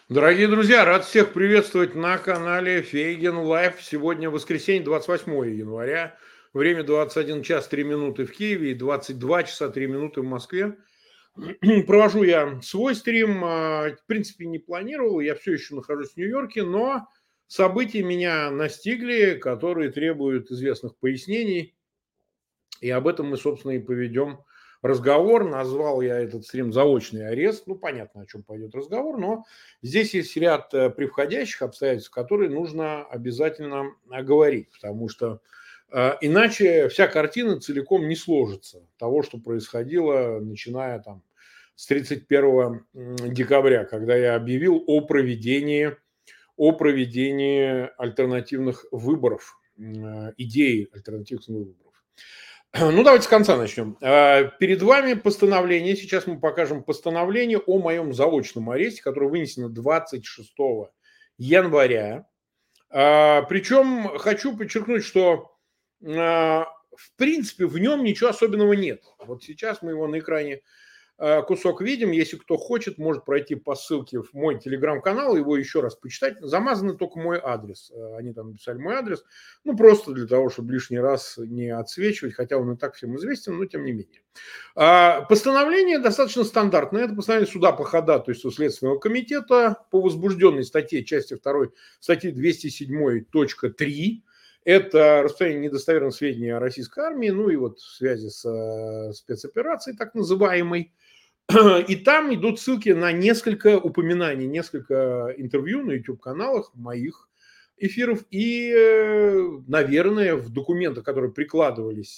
Дорогие друзья, рад всех приветствовать на канале Фейген Лайф. Сегодня воскресенье, 28 января. Время 21 час 3 минуты в Киеве и 22 часа 3 минуты в Москве. Провожу я свой стрим. В принципе, не планировал. Я все еще нахожусь в Нью-Йорке, но события меня настигли, которые требуют известных пояснений. И об этом мы, собственно, и поведем разговор. Назвал я этот стрим «Заочный арест». Ну, понятно, о чем пойдет разговор, но здесь есть ряд превходящих обстоятельств, которые нужно обязательно оговорить, потому что иначе вся картина целиком не сложится того, что происходило, начиная там с 31 декабря, когда я объявил о проведении альтернативных выборов, идеи альтернативных выборов. Ну, давайте с конца начнем. Перед вами постановление. Сейчас мы покажем постановление о моем заочном аресте, которое вынесено 26 января. Причем хочу подчеркнуть, что в принципе в нем ничего особенного нет. Вот сейчас мы его на экране кусок видим. Если кто хочет, может пройти по ссылке в мой телеграм-канал, его еще раз почитать. Замазаны только мой адрес. Они там написали мой адрес. Ну, просто для того, чтобы лишний раз не отсвечивать, хотя он и так всем известен, но тем не менее. Постановление достаточно стандартное. Это постановление суда по ходатайству Следственного комитета по возбужденной статье, части 2 статьи 207.3. Это распространение недостоверных сведений о российской армии, ну и вот в связи с спецоперацией так называемой. И там идут ссылки на несколько упоминаний, несколько интервью на YouTube-каналах моих эфиров и, наверное, в документах, которые прикладывались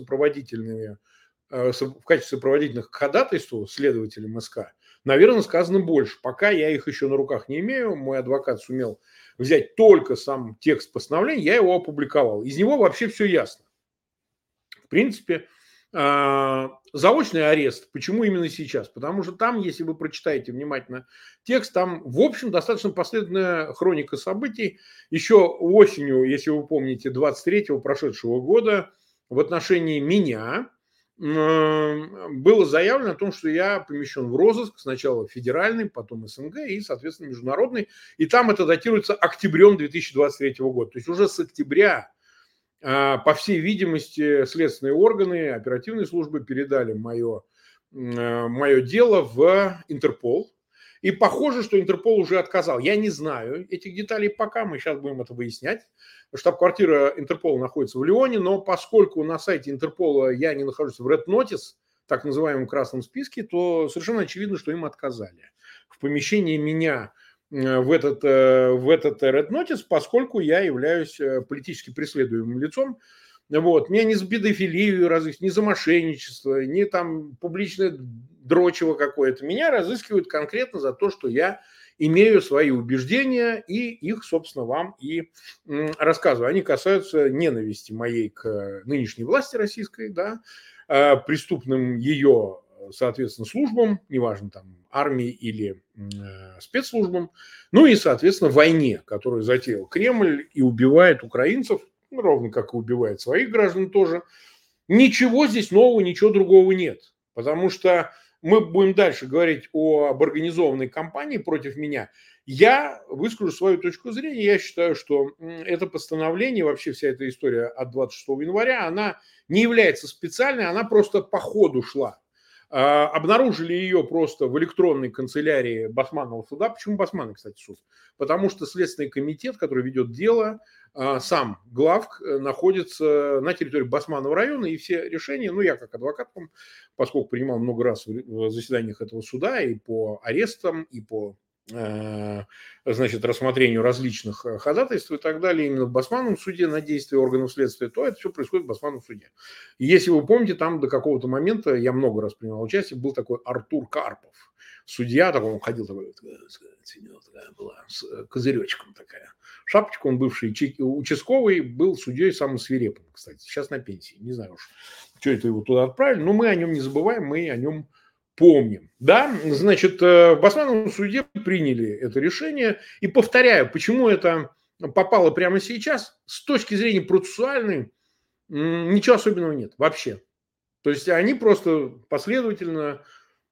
в качестве сопроводительных к ходатайству следователям СК, наверное, сказано больше. Пока я их еще на руках не имею, мой адвокат сумел взять только сам текст постановления, я его опубликовал. Из него вообще все ясно. В принципе, заочный арест. Почему именно сейчас? Потому что там, если вы прочитаете внимательно текст, там, в общем, достаточно последовательная хроника событий. Еще осенью, если вы помните, 23-го прошедшего года в отношении меня было заявлено о том, что я помещен в розыск, сначала федеральный, потом СНГ и, соответственно, международный. И там это датируется октябрем 2023 года. То есть уже с октября, по всей видимости, следственные органы, оперативные службы передали мое дело в Интерпол. И похоже, что Интерпол уже отказал. Я не знаю этих деталей пока, мы сейчас будем это выяснять. Штаб-квартира Интерпола находится в Лионе, но поскольку на сайте Интерпола я не нахожусь в Red Notice, так называемом красном списке, то совершенно очевидно, что им отказали в помещении меня в этот Red Notice, поскольку я являюсь политически преследуемым лицом. Вот. Меня не за педофилию разыскивают, не за мошенничество, не там публичное дрочево какое-то. Меня разыскивают конкретно за то, что я имею свои убеждения и их, собственно, вам и рассказываю. Они касаются ненависти моей к нынешней власти российской, да, преступным ее, соответственно, службам, неважно, там, армии или спецслужбам, ну и, соответственно, войне, которую затеял Кремль и убивает украинцев, ну, ровно как и убивает своих граждан тоже. Ничего здесь нового, ничего другого нет, потому что мы будем дальше говорить об организованной кампании против меня. Я выскажу свою точку зрения. Я считаю, что это постановление, вообще вся эта история от 26 января, она не является специальной, она просто по ходу шла. Обнаружили ее просто в электронной канцелярии Басманного суда. Почему Басманный, кстати, суд? Потому что Следственный комитет, который ведет дело, сам главк, находится на территории Басманного района, и все решения, ну, я как адвокат, поскольку принимал много раз в заседаниях этого суда и по арестам, и по значит, рассмотрению различных ходатайств и так далее, именно в Басманном суде на действия органов следствия, то это все происходит в Басманном суде. И если вы помните, там до какого-то момента, я много раз принимал участие, был такой Артур Карпов, судья, такой, он ходил такой, такая была, с козыречком такая. Шапочка, он бывший участковый, был судьей самым свирепым, кстати, сейчас на пенсии, не знаю уж, что это его туда отправили, но мы о нем не забываем, мы о нем помним. Да, значит, в Басманном суде приняли это решение. И повторяю, почему это попало прямо сейчас, с точки зрения процессуальной, ничего особенного нет вообще. То есть они просто последовательно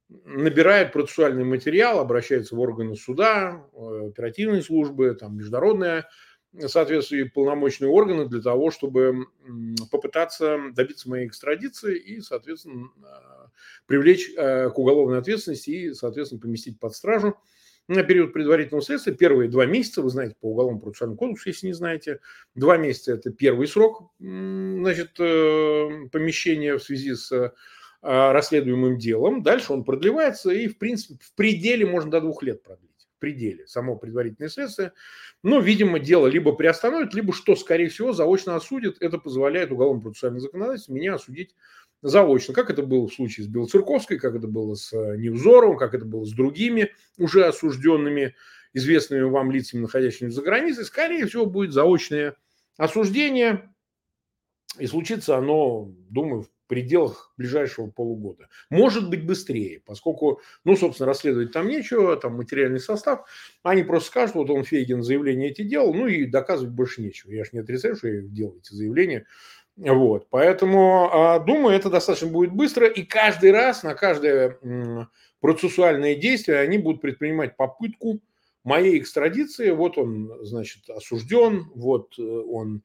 набирает процессуальный материал, обращается в органы суда, оперативные службы, там, международные соответствующие полномочные органы для того, чтобы попытаться добиться моей экстрадиции и, соответственно, привлечь к уголовной ответственности и, соответственно, поместить под стражу на период предварительного следствия. Первые 2 месяца, вы знаете, по Уголовному процессуальному кодексу, если не знаете, 2 месяца – это первый срок, значит, помещения в связи с расследуемым делом. Дальше он продлевается и, в принципе, в пределе можно до 2 лет продлить. В пределе само предварительное следствие. Но, видимо, дело либо приостановит, либо, что, скорее всего, заочно осудит. Это позволяет уголовно-процессуальное законодательство меня осудить заочно. Как это было в случае с Белоцерковской, как это было с Невзоровым, как это было с другими уже осужденными, известными вам лицами, находящимися за границей. Скорее всего, будет заочное осуждение. И случится оно, думаю, в пределах ближайшего полугода. Может быть, быстрее, поскольку, ну, собственно, расследовать там нечего, там материальный состав. Они просто скажут, вот он, Фейгин, заявление эти делал, ну и доказывать больше нечего. Я же не отрицаю, что я делал эти заявления. Вот, поэтому, думаю, это достаточно будет быстро. И каждый раз на каждое процессуальное действие они будут предпринимать попытку моей экстрадиции. Вот он, значит, осужден, вот он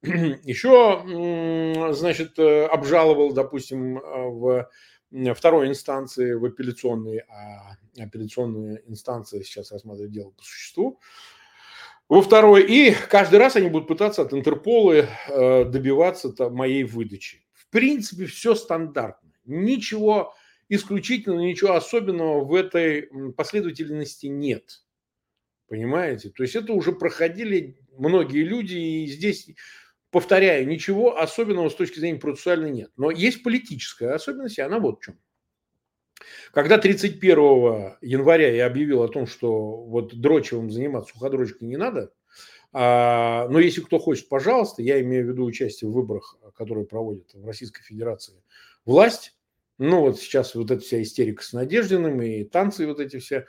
еще, значит, обжаловал, допустим, в второй инстанции, в апелляционной, а апелляционная инстанция сейчас рассматривает дело по существу. Во второй. И каждый раз они будут пытаться от Интерпола добиваться моей выдачи. В принципе, все стандартно. Ничего исключительного, ничего особенного в этой последовательности нет. Понимаете? То есть это уже проходили многие люди, и здесь, повторяю, ничего особенного с точки зрения процессуальной нет. Но есть политическая особенность, и она вот в чем. Когда 31 января я объявил о том, что вот дрочевым заниматься, суходрочкой не надо, но если кто хочет, пожалуйста, я имею в виду участие в выборах, которые проводят в Российской Федерации власть. Ну вот сейчас вот эта вся истерика с Надеждиным и танцы вот эти все.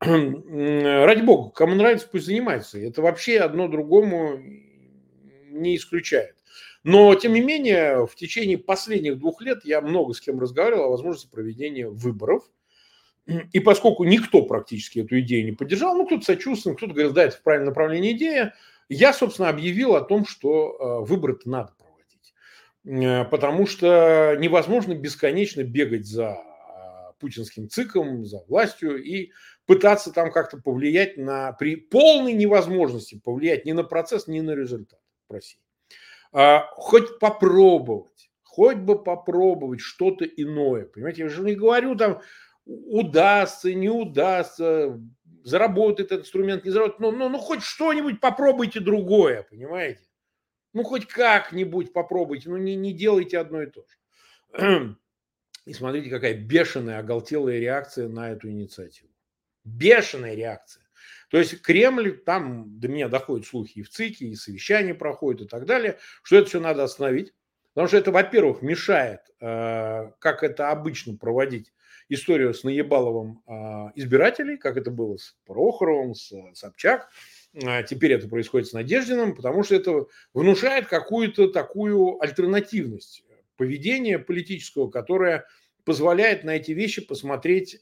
Ради бога, кому нравится, пусть занимается. Это вообще одно другому не исключает. Но, тем не менее, в течение последних 2 лет я много с кем разговаривал о возможности проведения выборов. И поскольку никто практически эту идею не поддержал, ну, кто-то сочувствовал, кто-то говорил, да, это в правильном направлении идея, я, собственно, объявил о том, что выборы-то надо проводить. Потому что невозможно бесконечно бегать за путинским циклом, за властью и пытаться там как-то повлиять при полной невозможности повлиять ни на процесс, ни на результат в России. Хоть бы попробовать что-то иное. Понимаете, я же не говорю там, удастся, не удастся, заработает этот инструмент, не заработает. Ну, хоть что-нибудь попробуйте другое, понимаете? Ну, хоть как-нибудь попробуйте, ну, не делайте одно и то же. И смотрите, какая бешеная, оголтелая реакция на эту инициативу. Бешеная реакция. То есть Кремль, там до меня доходят слухи и в ЦИКе, и совещания проходят и так далее, что это все надо остановить. Потому что это, во-первых, мешает, как это обычно, проводить историю с Наебаловым избирателей, как это было с Прохоровым, с Собчак. Теперь это происходит с Надеждиным, потому что это внушает какую-то такую альтернативность поведения политического, которое позволяет на эти вещи посмотреть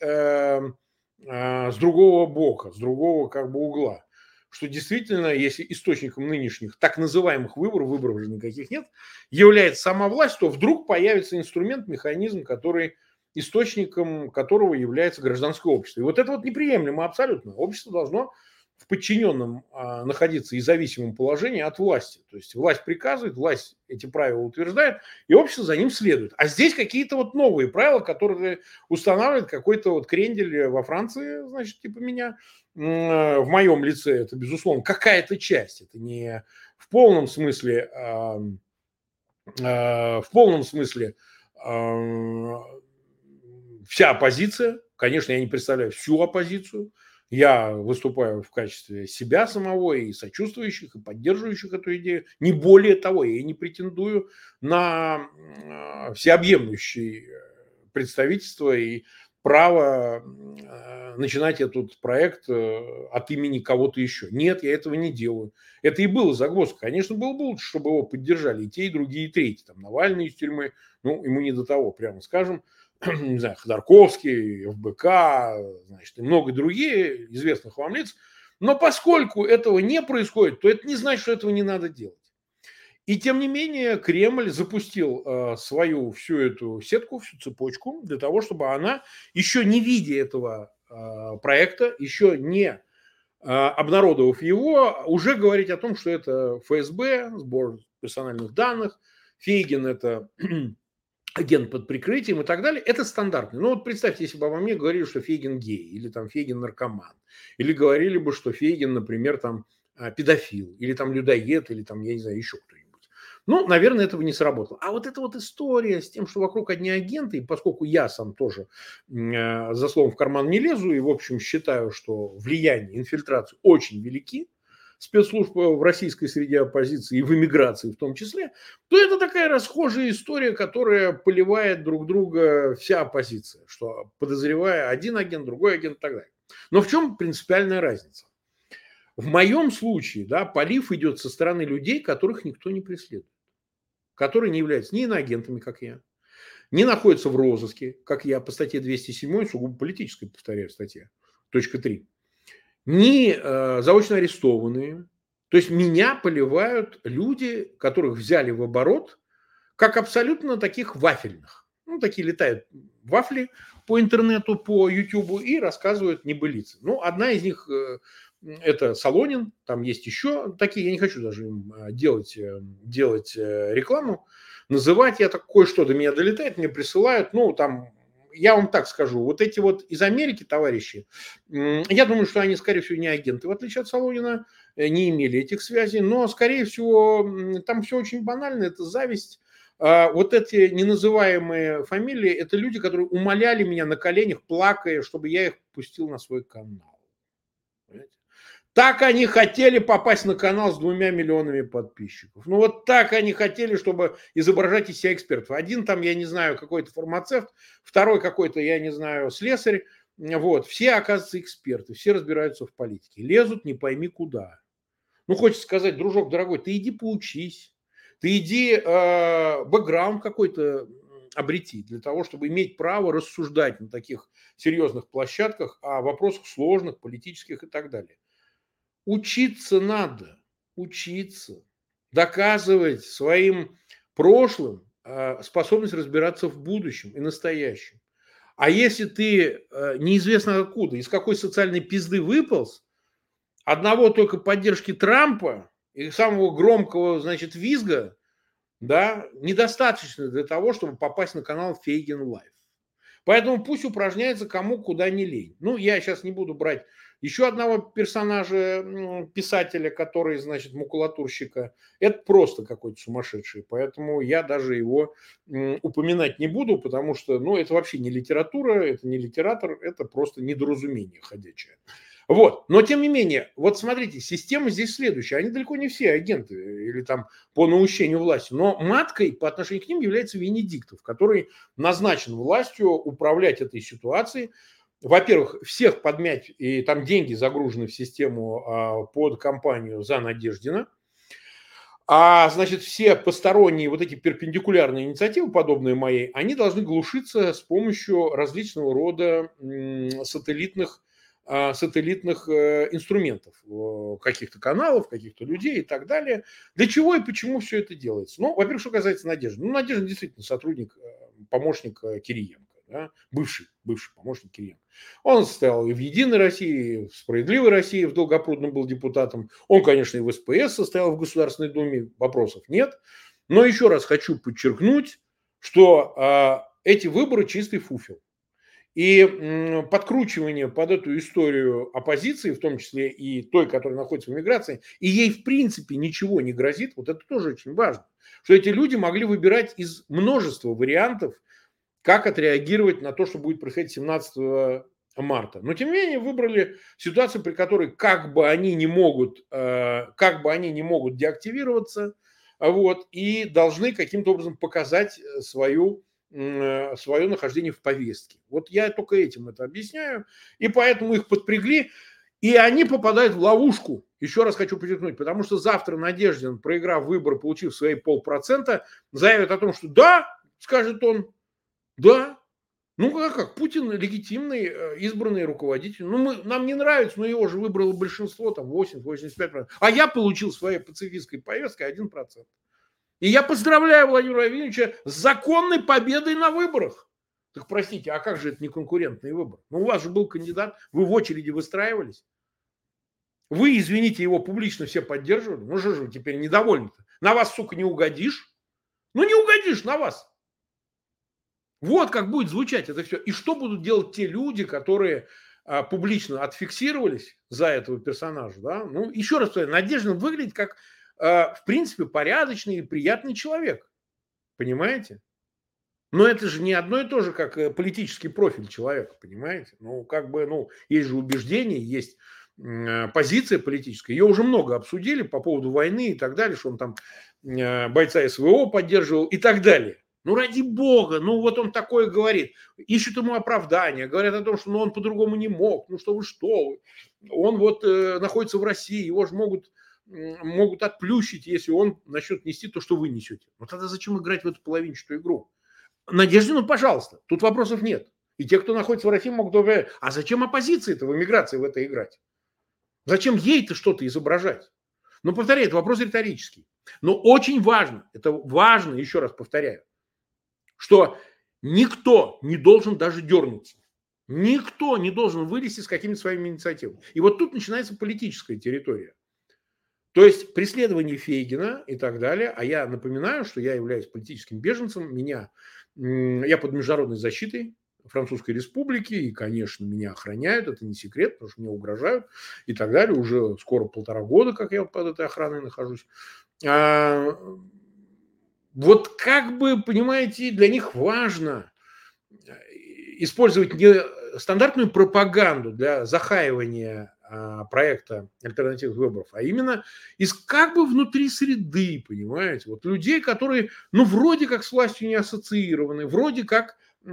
с другого бока, с другого как бы угла. Что действительно, если источником нынешних так называемых выборов уже никаких нет, является сама власть, то вдруг появится инструмент, механизм, источником которого является гражданское общество. И вот это вот неприемлемо абсолютно. Общество должно в подчиненном находиться и зависимом положении от власти. То есть власть приказывает, власть эти правила утверждает, и общество за ним следует. А здесь какие-то вот новые правила, которые устанавливает какой-то вот крендель во Франции, значит, типа меня. В моем лице это, безусловно, какая-то часть. Это не в полном смысле, вся оппозиция. Конечно, я не представляю всю оппозицию. Я выступаю в качестве себя самого и сочувствующих, и поддерживающих эту идею. Не более того, я не претендую на всеобъемлющее представительство и право начинать этот проект от имени кого-то еще. Нет, я этого не делаю. Это и было загвоздка. Конечно, было бы лучше, чтобы его поддержали и те, и другие, и третьи. Там Навальный из тюрьмы, ну, ему не до того, прямо скажем. не знаю, Ходорковский, ФБК, значит, и много другие известных вам лиц. Но поскольку этого не происходит, то это не значит, что этого не надо делать. И тем не менее Кремль запустил свою всю эту сетку, всю цепочку для того, чтобы она, еще не видя этого проекта, еще не обнародовав его, уже говорить о том, что это ФСБ, сбор персональных данных, Фейгин – это агент под прикрытием и так далее, это стандартно. Ну вот представьте, если бы обо мне говорили, что Фейгин гей, или там Фейгин наркоман, или говорили бы, что Фейгин, например, там педофил, или там людоед, или там, я не знаю, еще кто-нибудь. Ну, наверное, этого не сработало. А вот эта вот история с тем, что вокруг одни агенты, и поскольку я сам тоже за словом в карман не лезу, и, в общем, считаю, что влияние, инфильтрация очень велики, спецслужб в российской среде оппозиции и в эмиграции в том числе, то это такая расхожая история, которая поливает друг друга вся оппозиция, что подозревая один агент, другой агент и так далее. Но в чем принципиальная разница? В моем случае, да, полив идет со стороны людей, которых никто не преследует, которые не являются ни иноагентами, как я, не находятся в розыске, как я, по статье 207, сугубо политической, повторяю, статья, точка 3, не заочно арестованные. То есть меня поливают люди, которых взяли в оборот, как абсолютно таких вафельных. Ну, такие летают вафли по интернету, по Ютубу и рассказывают небылицы. Ну, одна из них это Солонин, там есть еще такие, я не хочу даже им делать рекламу, называть, я так кое-что до меня долетает, мне присылают, ну, там, я вам так скажу, вот эти вот из Америки товарищи, я думаю, что они, скорее всего, не агенты, в отличие от Солонина, не имели этих связей, но, скорее всего, там все очень банально, это зависть. Вот эти неназываемые фамилии, это люди, которые умоляли меня на коленях, плакая, чтобы я их пустил на свой канал. Понимаете? Так они хотели попасть на канал с 2 миллионами подписчиков. Ну вот так они хотели, чтобы изображать из себя экспертов. Один там, я не знаю, какой-то фармацевт, второй какой-то, я не знаю, слесарь. Вот. Все, оказывается, эксперты, все разбираются в политике. Лезут не пойми куда. Ну, хочется сказать, дружок дорогой, ты иди поучись. Ты иди бэкграунд какой-то обрети для того, чтобы иметь право рассуждать на таких серьезных площадках о вопросах сложных, политических и так далее. Учиться надо, учиться, доказывать своим прошлым способность разбираться в будущем и настоящем. А если ты неизвестно откуда, из какой социальной пизды выполз, одного только поддержки Трампа и самого громкого, значит, визга, да, недостаточно для того, чтобы попасть на канал Фейгин Лайв. Поэтому пусть упражняется кому куда не лень. Ну, я сейчас не буду брать еще одного персонажа, писателя, который, значит, макулатурщика. Это просто какой-то сумасшедший. Поэтому я даже его упоминать не буду, потому что, ну, это вообще не литература, это не литератор, это просто недоразумение ходячее. Вот. Но, тем не менее, вот смотрите, система здесь следующая. Они далеко не все агенты или там по наущению власти. Но маткой по отношению к ним является Венедиктов, который назначен властью управлять этой ситуацией. Во-первых, всех подмять, и там деньги загружены в систему под кампанию за Надеждина. А, значит, все посторонние вот эти перпендикулярные инициативы, подобные моей, они должны глушиться с помощью различного рода сателлитных инструментов, каких-то каналов, каких-то людей и так далее. Для чего и почему все это делается? Ну, во-первых, что касается Надежды. Ну, Надежда действительно сотрудник, помощник Кириенко, да? бывший помощник Кириенко. Он состоял и в «Единой России», и в «Справедливой России», в Долгопрудном был депутатом. Он, конечно, и в СПС состоял в Государственной Думе, вопросов нет. Но еще раз хочу подчеркнуть, что эти выборы чистый фуфел. И подкручивание под эту историю оппозиции, в том числе и той, которая находится в эмиграции, и ей в принципе ничего не грозит, вот это тоже очень важно, что эти люди могли выбирать из множества вариантов, как отреагировать на то, что будет происходить 17 марта. Но тем не менее выбрали ситуацию, при которой как бы они не могут деактивироваться, вот, и должны каким-то образом показать свое нахождение в повестке. Вот я только этим это объясняю, и поэтому их подпрягли, и они попадают в ловушку. Еще раз хочу подчеркнуть, потому что завтра Надеждин, проиграв выборы, получив свои 0,5%, заявит о том, что да, скажет он, да, Ну, как? Путин легитимный, избранный руководитель. Ну, нам не нравится, но его же выбрало большинство, там, 80-85%. А я получил своей пацифистской повесткой 1%. И я поздравляю Владимира Владимировича с законной победой на выборах. Так простите, а как же это не конкурентный выбор? Ну, у вас же был кандидат, вы в очереди выстраивались. Вы, извините, его публично все поддерживали. Ну, что же вы теперь недовольны-то? На вас, сука, не угодишь? Ну, не угодишь на вас. Вот как будет звучать это все. И что будут делать те люди, которые публично отфиксировались за этого персонажа? Да? Ну, еще раз повторяю, Надеждин выглядит как, в принципе, порядочный и приятный человек. Понимаете? Но это же не одно и то же, как политический профиль человека, понимаете? Ну, как бы, ну, есть же убеждения, есть позиция политическая. Ее уже много обсудили по поводу войны и так далее, что он там бойца СВО поддерживал и так далее. Ну, ради бога, ну, вот он такое говорит. Ищут ему оправдания, говорят о том, что ну, он по-другому не мог. Ну, что вы. Он вот находится в России, его же могут отплющить, если он начнет нести то, что вы несете. Ну, тогда зачем играть в эту половинчатую игру? Надеждину, пожалуйста, тут вопросов нет. И те, кто находится в России, могут говорить, а зачем оппозиции-то в эмиграции в это играть? Зачем ей-то что-то изображать? Ну, повторяю, это вопрос риторический. Но очень важно, это важно, еще раз повторяю, что никто не должен даже дернуться. Никто не должен вылезти с какими-то своими инициативами. И вот тут начинается политическая территория. То есть преследование Фейгина и так далее. А я напоминаю, что я являюсь политическим беженцем. Я под международной защитой Французской Республики. И, конечно, меня охраняют. Это не секрет, потому что мне угрожают и так далее. Уже скоро 1,5 года, как я под этой охраной нахожусь. Вот как бы, понимаете, для них важно использовать не стандартную пропаганду для захаивания проекта альтернативных выборов, а именно как бы внутри среды, понимаете, вот людей, которые, ну, вроде как с властью не ассоциированы, вроде как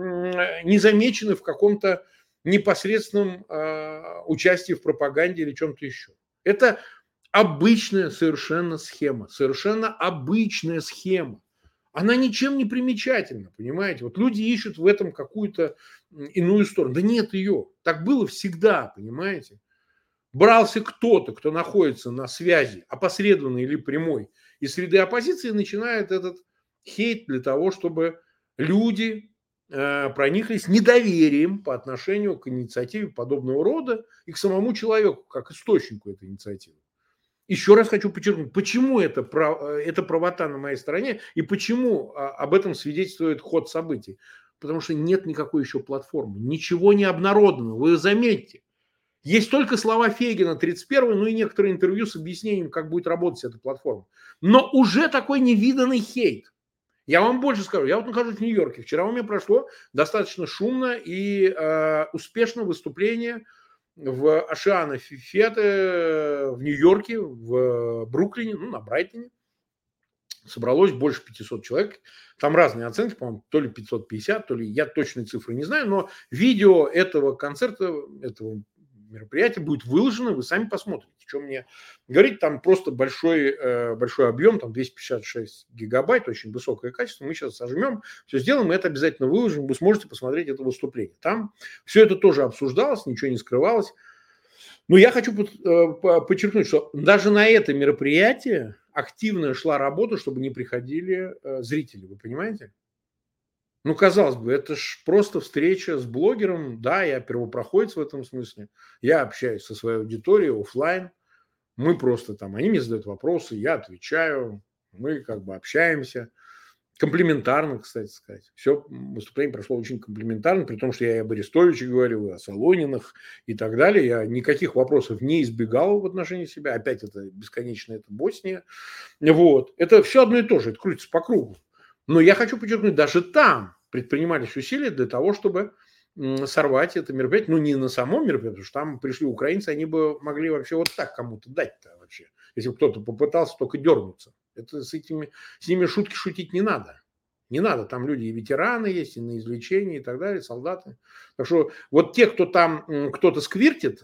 не замечены в каком-то непосредственном участии в пропаганде или чем-то еще. Это обычная совершенно схема, совершенно обычная схема. Она ничем не примечательна, понимаете? Вот люди ищут в этом какую-то иную сторону. Да нет ее. Так было всегда, понимаете? Брался кто-то, кто находится на связи, опосредованной или прямой, из среды оппозиции, начинает этот хейт для того, чтобы люди прониклись недоверием по отношению к инициативе подобного рода и к самому человеку, как источнику этой инициативы. Еще раз хочу подчеркнуть, почему это правота на моей стороне и почему об этом свидетельствует ход событий. Потому что нет никакой еще платформы, ничего не обнародовано. Вы заметьте, есть только слова Фейгина 31-й, ну и некоторые интервью с объяснением, как будет работать эта платформа. Но уже такой невиданный хейт. Я вам больше скажу, я вот нахожусь в Нью-Йорке. Вчера у меня прошло достаточно шумно и успешно выступление в Ашиана Фете в Нью-Йорке, в Бруклине, ну, на Брайтоне. Собралось больше 500 человек. Там разные оценки, по-моему, то ли 550, то ли я точные цифры не знаю, но видео этого концерта, этого мероприятие будет выложено, вы сами посмотрите, что мне говорить. Там просто большой объем, там 256 гигабайт, очень высокое качество. Мы сейчас сожмем, все сделаем, и это обязательно выложим. Вы сможете посмотреть это выступление. Там все это тоже обсуждалось, ничего не скрывалось. Но я хочу подчеркнуть, что даже на это мероприятие активно шла работа, чтобы не приходили зрители. Вы понимаете? Ну, казалось бы, это ж просто встреча с блогером. Да, я первопроходец в этом смысле. Я общаюсь со своей аудиторией офлайн. Мы просто там, они мне задают вопросы, я отвечаю. Мы как бы общаемся. Комплиментарно, кстати сказать. Все выступление прошло очень комплиментарно, при том, что я и об Арестовиче говорил, и о Солонинах и так далее. Я никаких вопросов не избегал в отношении себя. Опять это бесконечно, это Босния. Вот. Это все одно и то же, это крутится по кругу. Но я хочу подчеркнуть, даже там предпринимались усилия для того, чтобы сорвать это мероприятие. Ну, не на самом мероприятии, потому что там пришли украинцы, они бы могли вообще вот так кому-то дать-то вообще. Если бы кто-то попытался только дернуться. Это с ними шутки шутить не надо. Не надо, там люди и ветераны есть, и на излечении и так далее, солдаты. Так что вот те, кто там кто-то сквиртит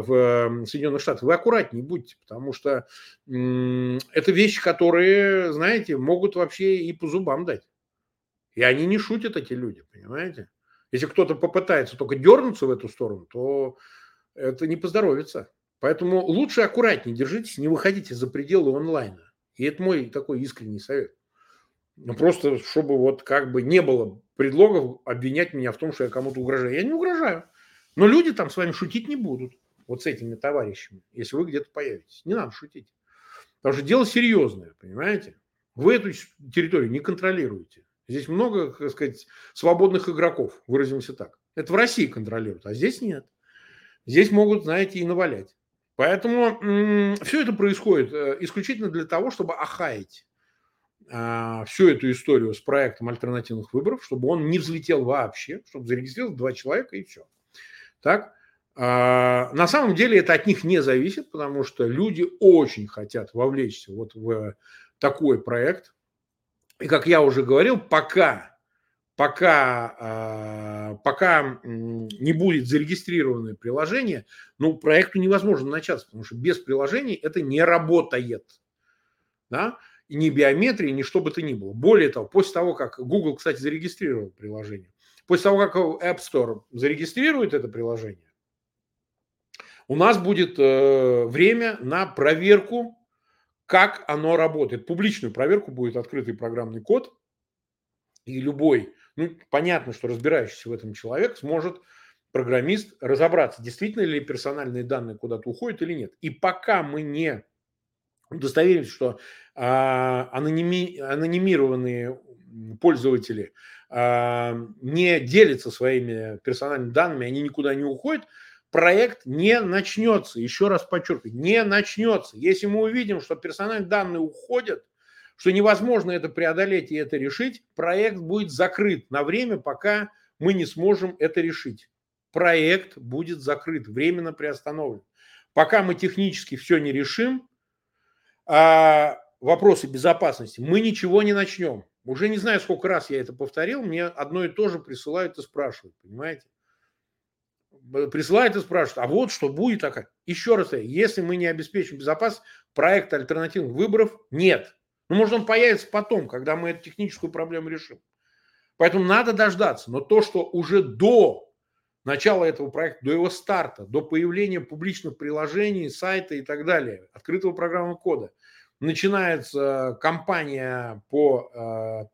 в Соединенных Штатах, вы аккуратнее будьте, потому что это вещи, которые, знаете, могут вообще и по зубам дать. И они не шутят, эти люди, понимаете? Если кто-то попытается только дернуться в эту сторону, то это не поздоровится. Поэтому лучше аккуратнее держитесь, не выходите за пределы онлайна. И это мой такой искренний совет. Ну, просто чтобы вот как бы не было предлогов обвинять меня в том, что я кому-то угрожаю. Я не угрожаю. Но люди там с вами шутить не будут. Вот с этими товарищами, если вы где-то появитесь. Не надо шутить. Потому что дело серьезное, понимаете? Вы эту территорию не контролируете. Здесь много, так сказать, свободных игроков, выразимся так. Это в России контролируют, а здесь нет. Здесь могут, знаете, и навалять. Поэтому все это происходит исключительно для того, чтобы охаять всю эту историю с проектом альтернативных выборов, чтобы он не взлетел вообще, чтобы зарегистрировалось 2 человека и все. Так? На самом деле это от них не зависит, потому что люди очень хотят вовлечься вот в такой проект. И, как я уже говорил, пока не будет зарегистрировано приложение, ну, проекту невозможно начаться, потому что без приложений это не работает. Да? И ни биометрии, ни что бы то ни было. Более того, после того, как Google, кстати, зарегистрировал приложение, после того, как App Store зарегистрирует это приложение, у нас будет время на проверку, как оно работает. Публичную проверку будет открытый программный код, и любой, ну, понятно, что разбирающийся в этом человек сможет, программист, разобраться, действительно ли персональные данные куда-то уходят или нет. И пока мы не удостоверимся, что анонимированные пользователи не делятся своими персональными данными, они никуда не уходят, проект не начнется. Еще раз подчеркиваю, не начнется. Если мы увидим, что персональные данные уходят, что невозможно это преодолеть и это решить, проект будет закрыт на время, пока мы не сможем это решить. Проект будет закрыт, временно приостановлен. Пока мы технически все не решим, вопросы безопасности, мы ничего не начнем. Уже не знаю, сколько раз я это повторил, мне одно и то же присылают и спрашивают, понимаете? Присылают и спрашивают, а вот что будет такая. Еще раз, если мы не обеспечим безопасность, проекта альтернативных выборов нет. Ну, может, он появится потом, когда мы эту техническую проблему решим. Поэтому надо дождаться. Но то, что уже до начала этого проекта, до его старта, до появления публичных приложений, сайта и так далее, открытого программного кода, начинается кампания по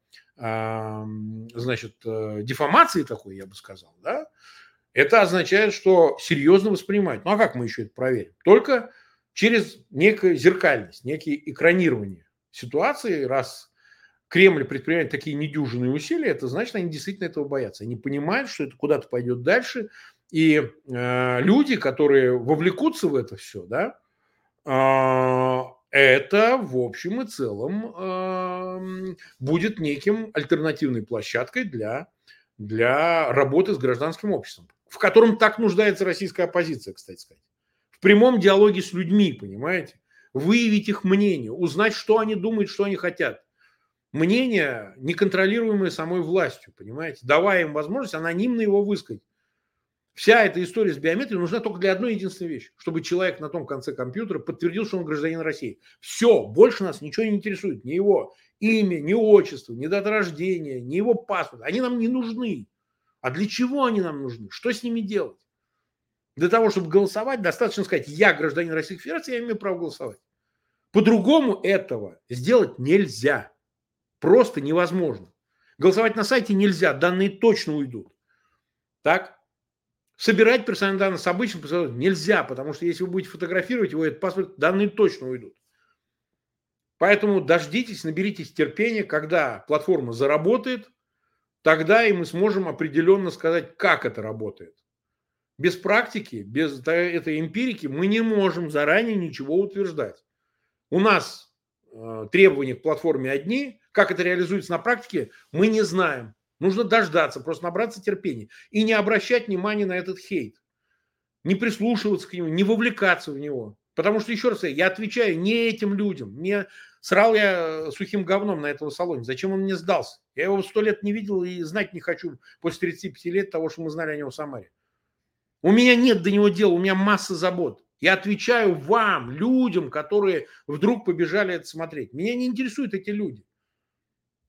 дефамации такой, я бы сказал, да, это означает, что серьезно воспринимать. Ну, а как мы еще это проверим? Только через некую зеркальность, некие экранирование ситуации. Раз Кремль предпринимает такие недюжинные усилия, это значит, они действительно этого боятся. Они понимают, что это куда-то пойдет дальше. И люди, которые вовлекутся в это все, да, это в общем и целом будет неким альтернативной площадкой для работы с гражданским обществом, в котором так нуждается российская оппозиция, кстати сказать. В прямом диалоге с людьми, понимаете? Выявить их мнение, узнать, что они думают, что они хотят. Мнение, неконтролируемое самой властью, понимаете? Давая им возможность анонимно его высказать. Вся эта история с биометрией нужна только для одной единственной вещи, чтобы человек на том конце компьютера подтвердил, что он гражданин России. Все, больше нас ничего не интересует. Ни его имя, ни отчество, ни дата рождения, ни его паспорт. Они нам не нужны. А для чего они нам нужны? Что с ними делать? Для того, чтобы голосовать, достаточно сказать, я гражданин Российской Федерации, я имею право голосовать. По-другому этого сделать нельзя. Просто невозможно. Голосовать на сайте нельзя, данные точно уйдут. Так? Собирать персональные данные с обычным паспортом нельзя, потому что если вы будете фотографировать его, этот паспорт, данные точно уйдут. Поэтому дождитесь, наберитесь терпения, когда платформа заработает, тогда и мы сможем определенно сказать, как это работает. Без практики, без этой эмпирики мы не можем заранее ничего утверждать. У нас требования к платформе одни, как это реализуется на практике, мы не знаем. Нужно дождаться, просто набраться терпения и не обращать внимания на этот хейт. Не прислушиваться к нему, не вовлекаться в него. Потому что, еще раз, я отвечаю не этим людям. Не срал я сухим говном на этого салоне. Зачем он мне сдался? Я его 100 лет не видел и знать не хочу после 35 лет того, что мы знали о нем в Самаре. У меня нет до него дела, у меня масса забот. Я отвечаю вам, людям, которые вдруг побежали это смотреть. Меня не интересуют эти люди.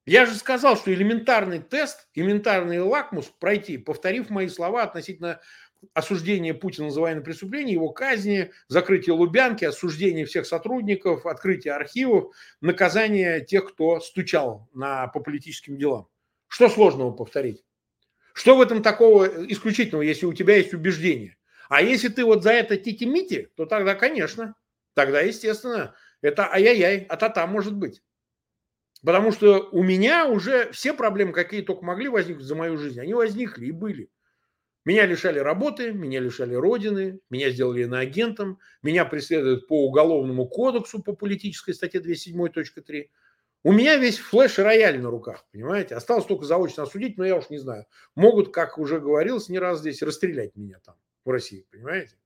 Я же сказал, что элементарный тест, элементарный лакмус пройти, повторив мои слова относительно осуждения Путина за военное преступление, его казни, закрытие Лубянки, осуждение всех сотрудников, открытие архивов, наказание тех, кто стучал по политическим делам. Что сложного повторить? Что в этом такого исключительного, если у тебя есть убеждение? А если ты вот за это тити-мити, то тогда, конечно, тогда, естественно, это ай-яй-яй, а-та-та может быть. Потому что у меня уже все проблемы, какие только могли возникнуть за мою жизнь, они возникли и были. Меня лишали работы, меня лишали родины, меня сделали иноагентом, меня преследуют по уголовному кодексу по политической статье 207.3. У меня весь флеш-рояль на руках, понимаете? Осталось только заочно осудить, но я уж не знаю. Могут, как уже говорилось не раз здесь, расстрелять меня там, в России, понимаете?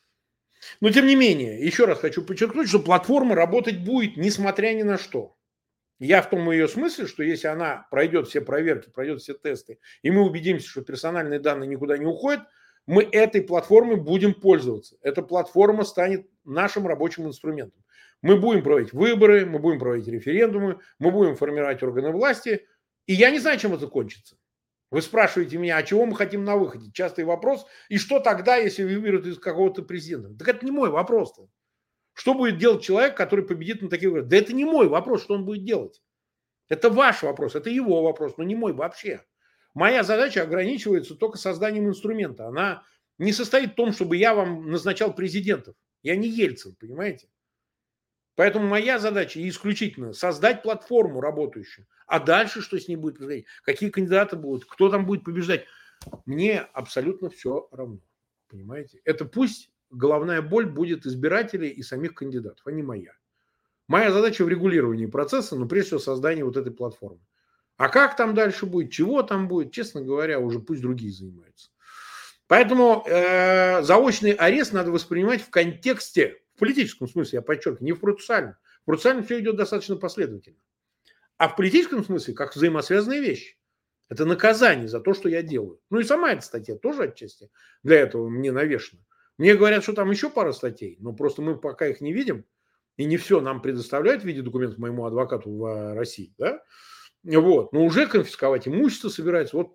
Но тем не менее, еще раз хочу подчеркнуть, что платформа работать будет, несмотря ни на что. Я в том ее смысле, что если она пройдет все проверки, пройдет все тесты, и мы убедимся, что персональные данные никуда не уходят, мы этой платформой будем пользоваться. Эта платформа станет нашим рабочим инструментом. Мы будем проводить выборы, мы будем проводить референдумы, мы будем формировать органы власти. И я не знаю, чем это кончится. Вы спрашиваете меня, а чего мы хотим на выходе? Частый вопрос. И что тогда, если выберут из какого-то президента? Так это не мой вопрос-то. Что будет делать человек, который победит на таких выборах? Да это не мой вопрос, что он будет делать. Это ваш вопрос, это его вопрос, но не мой вообще. Моя задача ограничивается только созданием инструмента. Она не состоит в том, чтобы я вам назначал президентов. Я не Ельцин, понимаете? Поэтому моя задача исключительно создать платформу работающую. А дальше что с ней будет происходить? Какие кандидаты будут? Кто там будет побеждать? Мне абсолютно все равно. Понимаете? Это пусть головная боль будет избирателей и самих кандидатов, а не моя. Моя задача в регулировании процесса, но прежде всего создании вот этой платформы. А как там дальше будет, чего там будет, честно говоря, уже пусть другие занимаются. Поэтому заочный арест надо воспринимать в контексте, в политическом смысле, я подчеркиваю, не в процессуальном. В процессуальном все идет достаточно последовательно. А в политическом смысле как взаимосвязанные вещи. Это наказание за то, что я делаю. Ну и сама эта статья тоже отчасти для этого мне навешена. Мне говорят, что там еще пара статей, но просто мы пока их не видим. И не все нам предоставляют в виде документов моему адвокату в России. Да? Вот. Но уже конфисковать имущество собирается. Вот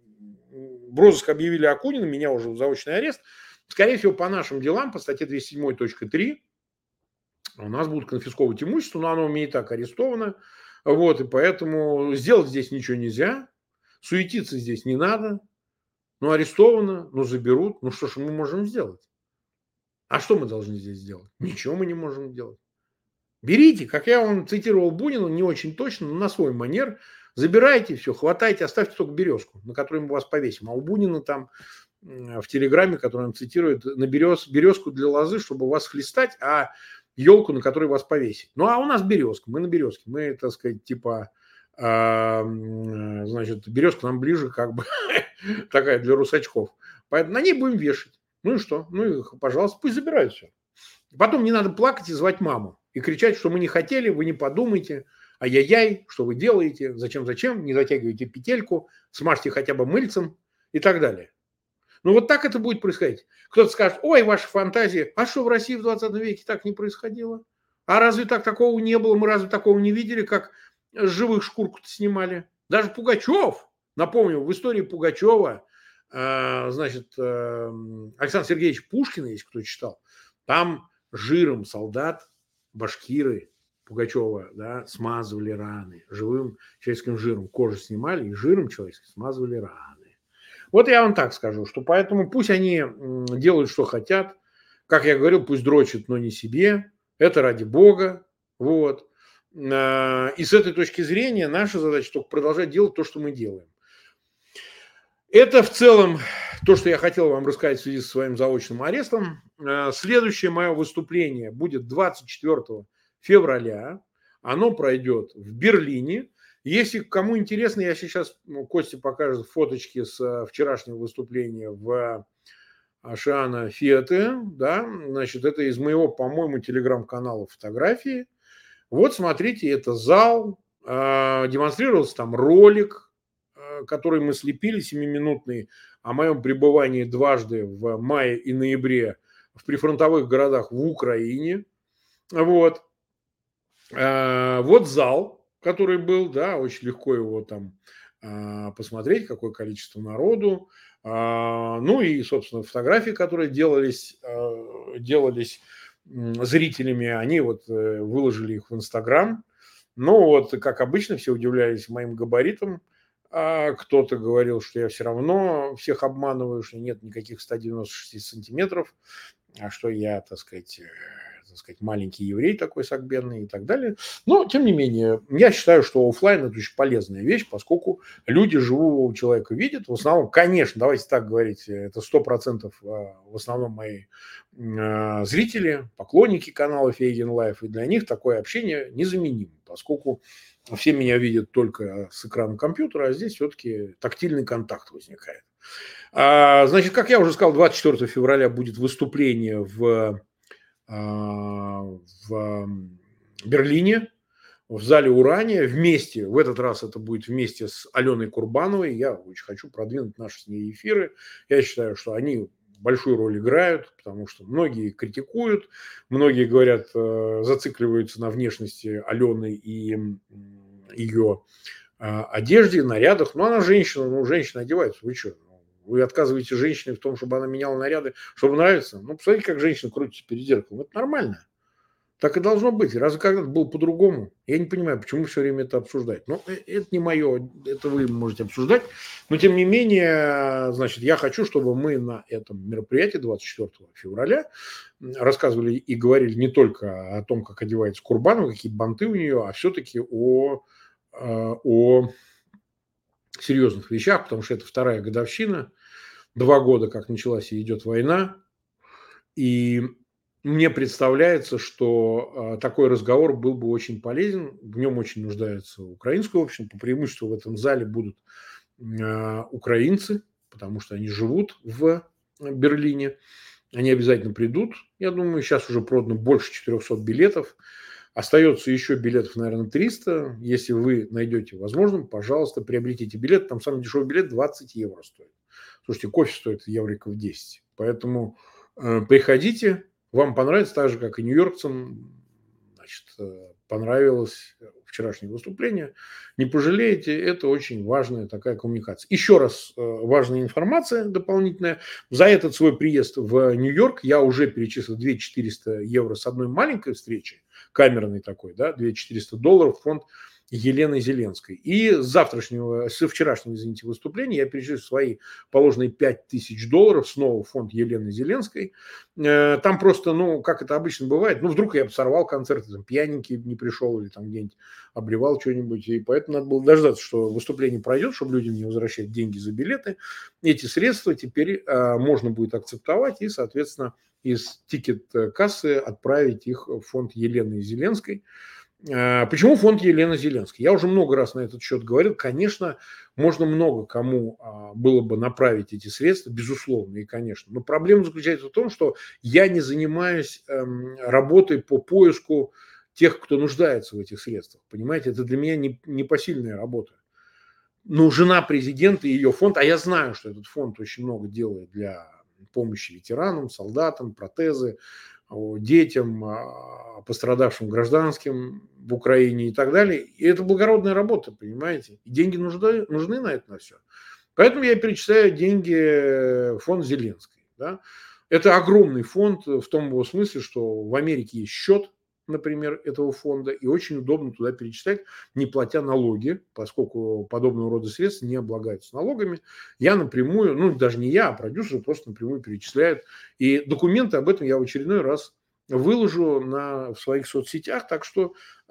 в розыск объявили Акунина, меня уже в заочный арест. Скорее всего, по нашим делам, по статье 207.3, у нас будут конфисковывать имущество, но оно у меня и так арестовано. Вот, и поэтому сделать здесь ничего нельзя. Суетиться здесь не надо. Ну, арестовано, ну, заберут. Ну, что ж мы можем сделать? А что мы должны здесь сделать? Ничего мы не можем сделать. Берите, как я вам цитировал Бунина, не очень точно, но на свой манер. Забирайте все, хватайте, оставьте только березку, на которой мы вас повесим. А у Бунина там в Телеграме, который он цитирует, на березку для лозы, чтобы вас хлестать, а елку, на которой вас повесить. Ну, а у нас березка, мы на березке. Мы, так сказать, типа, значит, березка нам ближе, как бы, такая для русачков. Поэтому на ней будем вешать. Ну и что? Ну и, пожалуйста, пусть забирают все. Потом не надо плакать и звать маму. И кричать, что мы не хотели, вы не подумайте. Ай-яй-яй, что вы делаете, зачем, не затягивайте петельку, смажьте хотя бы мыльцем и так далее. Ну вот так это будет происходить. Кто-то скажет, ой, ваши фантазии, а что в России в 20 веке так не происходило? А разве так такого не было? Мы разве такого не видели, как с живых шкурку-то снимали? Даже Пугачев, напомню, в истории Пугачева, значит, Александр Сергеевич Пушкина, если кто читал, там жиром солдат, башкиры Пугачева, да, смазывали раны. Живым человеческим жиром кожу снимали и жиром человеческим смазывали раны. Вот я вам так скажу, что поэтому пусть они делают, что хотят. Как я говорил, пусть дрочат, но не себе. Это ради Бога. Вот. И с этой точки зрения наша задача только продолжать делать то, что мы делаем. Это в целом то, что я хотел вам рассказать в связи со своим заочным арестом. Следующее мое выступление будет 24 февраля. Оно пройдет в Берлине. Если кому интересно, я сейчас, Костя покажет фоточки с вчерашнего выступления в Ашиана Фиате. Да? Значит, это из моего, по-моему, телеграм-канала фотографии. Вот смотрите, это зал. Демонстрировался там ролик, который мы слепили, 7-минутный, о моем пребывании дважды в мае и ноябре в прифронтовых городах в Украине. Вот. Вот зал, который был, да, очень легко его там посмотреть, какое количество народу. Ну и, собственно, фотографии, которые делались зрителями, они вот выложили их в Инстаграм. Ну вот, как обычно, все удивлялись моим габаритам. Кто-то говорил, что я все равно всех обманываю, что нет никаких 196 сантиметров, а что я, так сказать, маленький еврей такой сагбенный и так далее. Но, тем не менее, я считаю, что офлайн это очень полезная вещь, поскольку люди живого человека видят. В основном, конечно, давайте так говорить, это 100% в основном мои зрители, поклонники канала Фейген Лайф, и для них такое общение незаменимо, поскольку все меня видят только с экрана компьютера, а здесь все-таки тактильный контакт возникает. Значит, как я уже сказал, 24 февраля будет выступление в Берлине, в зале Урания, вместе, в этот раз это будет вместе с Аленой Курбановой. Я очень хочу продвинуть наши с ней эфиры. Я считаю, что они большую роль играют, потому что многие критикуют, многие говорят, зацикливаются на внешности Алены и ее одежде, нарядах. Но она женщина, женщина одевается. Вы что? Вы отказываете женщине в том, чтобы она меняла наряды, чтобы нравиться? Ну, посмотрите, как женщина крутится перед зеркалом. Это нормально. Так и должно быть. Разве когда-то было по-другому? Я не понимаю, почему все время это обсуждать. Но это не мое, это вы можете обсуждать. Но, тем не менее, значит, я хочу, чтобы мы на этом мероприятии 24 февраля рассказывали и говорили не только о том, как одевается Курбанова, какие банты у нее, а все-таки о серьезных вещах, потому что это вторая годовщина, 2 года, как началась и идет война, и мне представляется, что такой разговор был бы очень полезен, в нем очень нуждается украинское общество, по преимуществу в этом зале будут украинцы, потому что они живут в Берлине, они обязательно придут, я думаю, сейчас уже продано больше 400 билетов, остается еще билетов, наверное, 300. Если вы найдете возможным, пожалуйста, приобретите билет. Там самый дешевый билет 20 евро стоит. Слушайте, кофе стоит евриков 10. Поэтому приходите, вам понравится, так же, как и нью-йоркцам. Значит, понравилось вчерашнее выступление. Не пожалеете, это очень важная такая коммуникация. Еще раз важная информация дополнительная. За этот свой приезд в Нью-Йорк я уже перечислил 2400 евро с одной маленькой встречи, камерный такой, да, $2400 фонд Елены Зеленской. И со вчерашнего, извините, выступления я перечислил свои положенные $5000 снова в фонд Елены Зеленской. Там просто, как это обычно бывает, вдруг я бы сорвал концерт, там, пьяненький не пришел или там где-нибудь обливал что-нибудь, и поэтому надо было дождаться, что выступление пройдет, чтобы людям не возвращать деньги за билеты. Эти средства теперь можно будет акцептовать и, соответственно, из тикет-кассы отправить их в фонд Елены Зеленской. Почему фонд Елены Зеленской? Я уже много раз на этот счет говорил. Конечно, можно много кому было бы направить эти средства, безусловно, и конечно. Но проблема заключается в том, что я не занимаюсь работой по поиску тех, кто нуждается в этих средствах. Понимаете, это для меня непосильная работа. Жена президента и ее фонд, а я знаю, что этот фонд очень много делает для помощи ветеранам, солдатам, протезы, детям, пострадавшим гражданским в Украине и так далее. И это благородная работа, понимаете? И деньги нужны на это на все. Поэтому я перечисляю деньги в фонд Зеленской. Да? Это огромный фонд в том его смысле, что в Америке есть счет, например, этого фонда, и очень удобно туда перечислять, не платя налоги, поскольку подобного рода средства не облагаются налогами. Я напрямую, даже не я, а продюсер просто напрямую перечисляют. И документы об этом я в очередной раз выложу в своих соцсетях. Так что,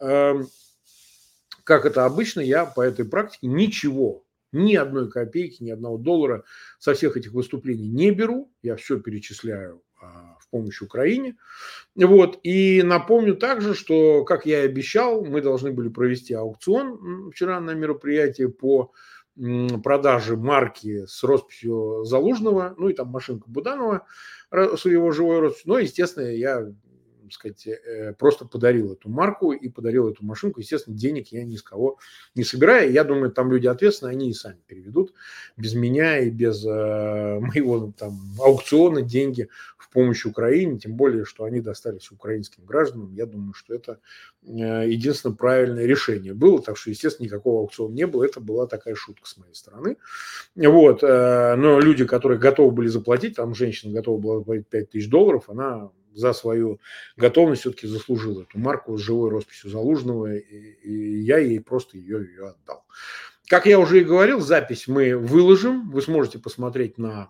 как это обычно, я по этой практике ничего, ни одной копейки, ни одного доллара со всех этих выступлений не беру. Я все перечисляю в помощь Украине. Вот. И напомню также, что, как я и обещал, мы должны были провести аукцион вчера на мероприятии по продаже марки с росписью Залужного, и там машинка Буданова с его живой росписью. Но, естественно, я так сказать, просто подарил эту марку и подарил эту машинку. Естественно, денег я ни с кого не собираю. Я думаю, там люди ответственные, они и сами переведут без меня и без моего там аукциона деньги в помощь Украине, тем более, что они достались украинским гражданам. Я думаю, что это единственное правильное решение было. Так что, естественно, никакого аукциона не было. Это была такая шутка с моей стороны. Вот. Но люди, которые готовы были заплатить, там женщина готова была заплатить $5000, она за свою готовность все-таки заслужила эту марку с живой росписью Залужного, и я ей просто ее отдал. Как я уже и говорил, запись мы выложим. Вы сможете посмотреть на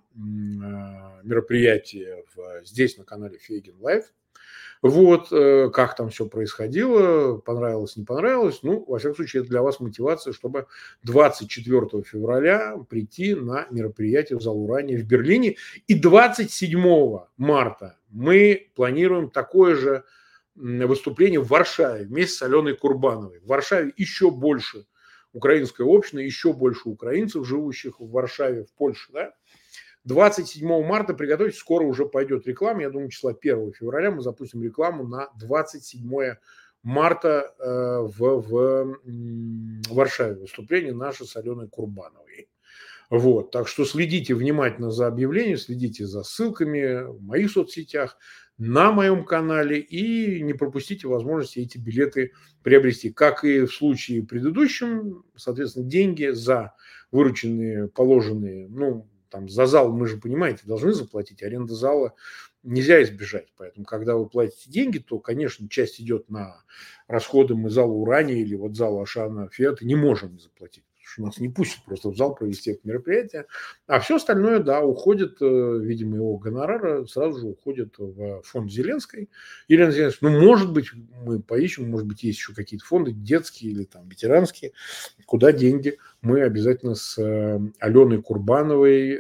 мероприятие здесь на канале Фейгин Лайв. Вот, как там все происходило, понравилось, не понравилось. Ну, во всяком случае, это для вас мотивация, чтобы 24 февраля прийти на мероприятие в зал Урания в Берлине. И 27 марта мы планируем такое же выступление в Варшаве вместе с Аленой Курбановой. В Варшаве еще больше украинской общины, еще больше украинцев, живущих в Варшаве, в Польше, да. 27 марта, приготовьтесь, скоро уже пойдет реклама. Я думаю, числа 1 февраля мы запустим рекламу на 27 марта в Варшаве. Выступление наше с Аленой Курбановой. Вот. Так что следите внимательно за объявлением, следите за ссылками в моих соцсетях, на моем канале и не пропустите возможности эти билеты приобрести. Как и в случае предыдущем, соответственно, деньги за вырученные, положенные, ну, там, за зал, мы же, понимаете, должны заплатить, аренда зала нельзя избежать. Поэтому, когда вы платите деньги, то, конечно, часть идет на расходы мы зала Урания или вот зала Ашана Фиата не можем не заплатить. Потому что нас не пустят просто в зал провести это мероприятие. А все остальное, да, уходит, видимо, его гонорара сразу же уходит в фонд Зеленской. Елена Зеленская, ну, может быть, мы поищем, может быть, есть еще какие-то фонды детские или там ветеранские, куда деньги мы обязательно с Аленой Курбановой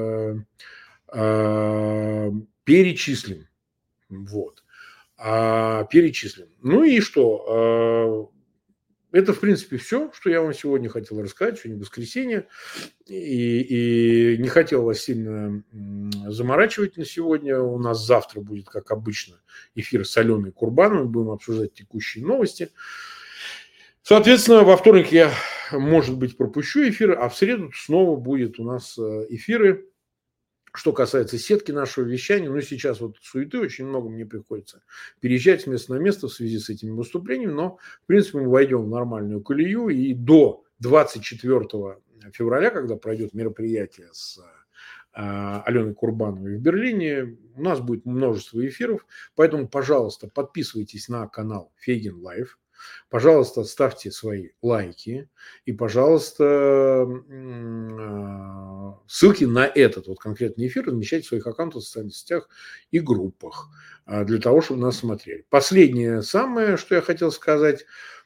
перечислим. Вот. Перечислим. Ну и что? Это, в принципе, все, что я вам сегодня хотел рассказать. Сегодня воскресенье. И не хотел вас сильно заморачивать на сегодня. У нас завтра будет, как обычно, эфир с Аленой Курбановой. Будем обсуждать текущие новости. Соответственно, во вторник я, может быть, пропущу эфир, а в среду снова будет у нас эфиры. Что касается сетки нашего вещания, ну, сейчас вот суеты очень много, мне приходится переезжать с места на место в связи с этими выступлениями, но, в принципе, мы войдем в нормальную колею, и до 24 февраля, когда пройдет мероприятие с Аленой Курбановой в Берлине, у нас будет множество эфиров, поэтому, пожалуйста, подписывайтесь на канал Фейгин Лайв. Пожалуйста, ставьте свои лайки и, пожалуйста, ссылки на этот вот конкретный эфир размещайте в своих аккаунтах в социальных сетях и группах для того, чтобы нас смотрели. Последнее самое, что я хотел сказать.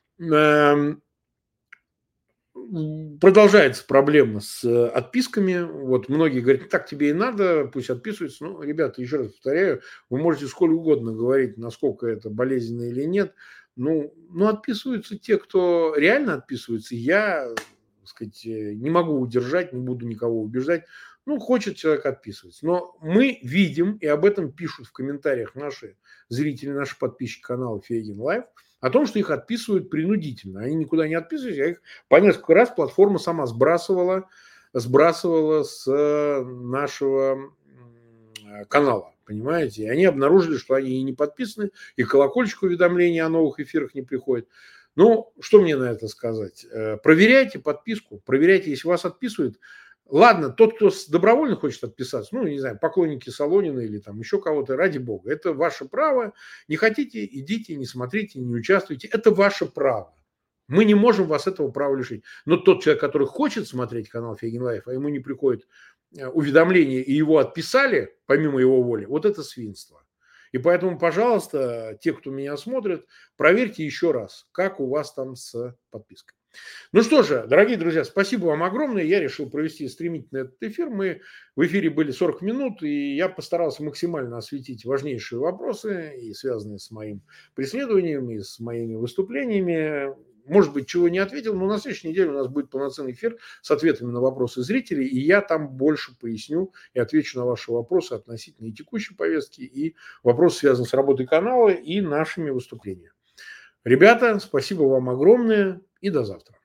Продолжается проблема с отписками. Вот многие говорят, так тебе и надо, пусть отписываются. Ну, ребята, еще раз повторяю, вы можете сколько угодно говорить, насколько это болезненно или нет. Ну, отписываются те, кто реально отписывается. Я, так сказать, не могу удержать, не буду никого убеждать. Ну, хочет человек отписываться. Но мы видим, и об этом пишут в комментариях наши зрители, наши подписчики канала Фейгин Лайв, о том, что их отписывают принудительно. Они никуда не отписываются, а их по несколько раз платформа сама сбрасывала с нашего канала. Понимаете? И они обнаружили, что они и не подписаны, и колокольчик уведомления о новых эфирах не приходит. Ну, что мне на это сказать? Проверяйте подписку, проверяйте, если вас отписывают. Ладно, тот, кто добровольно хочет отписаться, ну, не знаю, поклонники Солонина или там еще кого-то, ради бога, это ваше право. Не хотите, идите, не смотрите, не участвуйте. Это ваше право. Мы не можем вас этого права лишить. Но тот человек, который хочет смотреть канал Фейгин Лайв, а ему не приходит уведомление, и его отписали, помимо его воли, вот это свинство. И поэтому, пожалуйста, те, кто меня смотрит, проверьте еще раз, как у вас там с подпиской. Ну что же, дорогие друзья, спасибо вам огромное. Я решил провести стремительно этот эфир. Мы в эфире были 40 минут, и я постарался максимально осветить важнейшие вопросы, и связанные с моим преследованием, и с моими выступлениями. может быть, чего не ответил, но на следующей неделе у нас будет полноценный эфир с ответами на вопросы зрителей, и я там больше поясню и отвечу на ваши вопросы относительно и текущей повестки, и вопросы, связанные с работой канала и нашими выступлениями. Ребята, спасибо вам огромное и до завтра.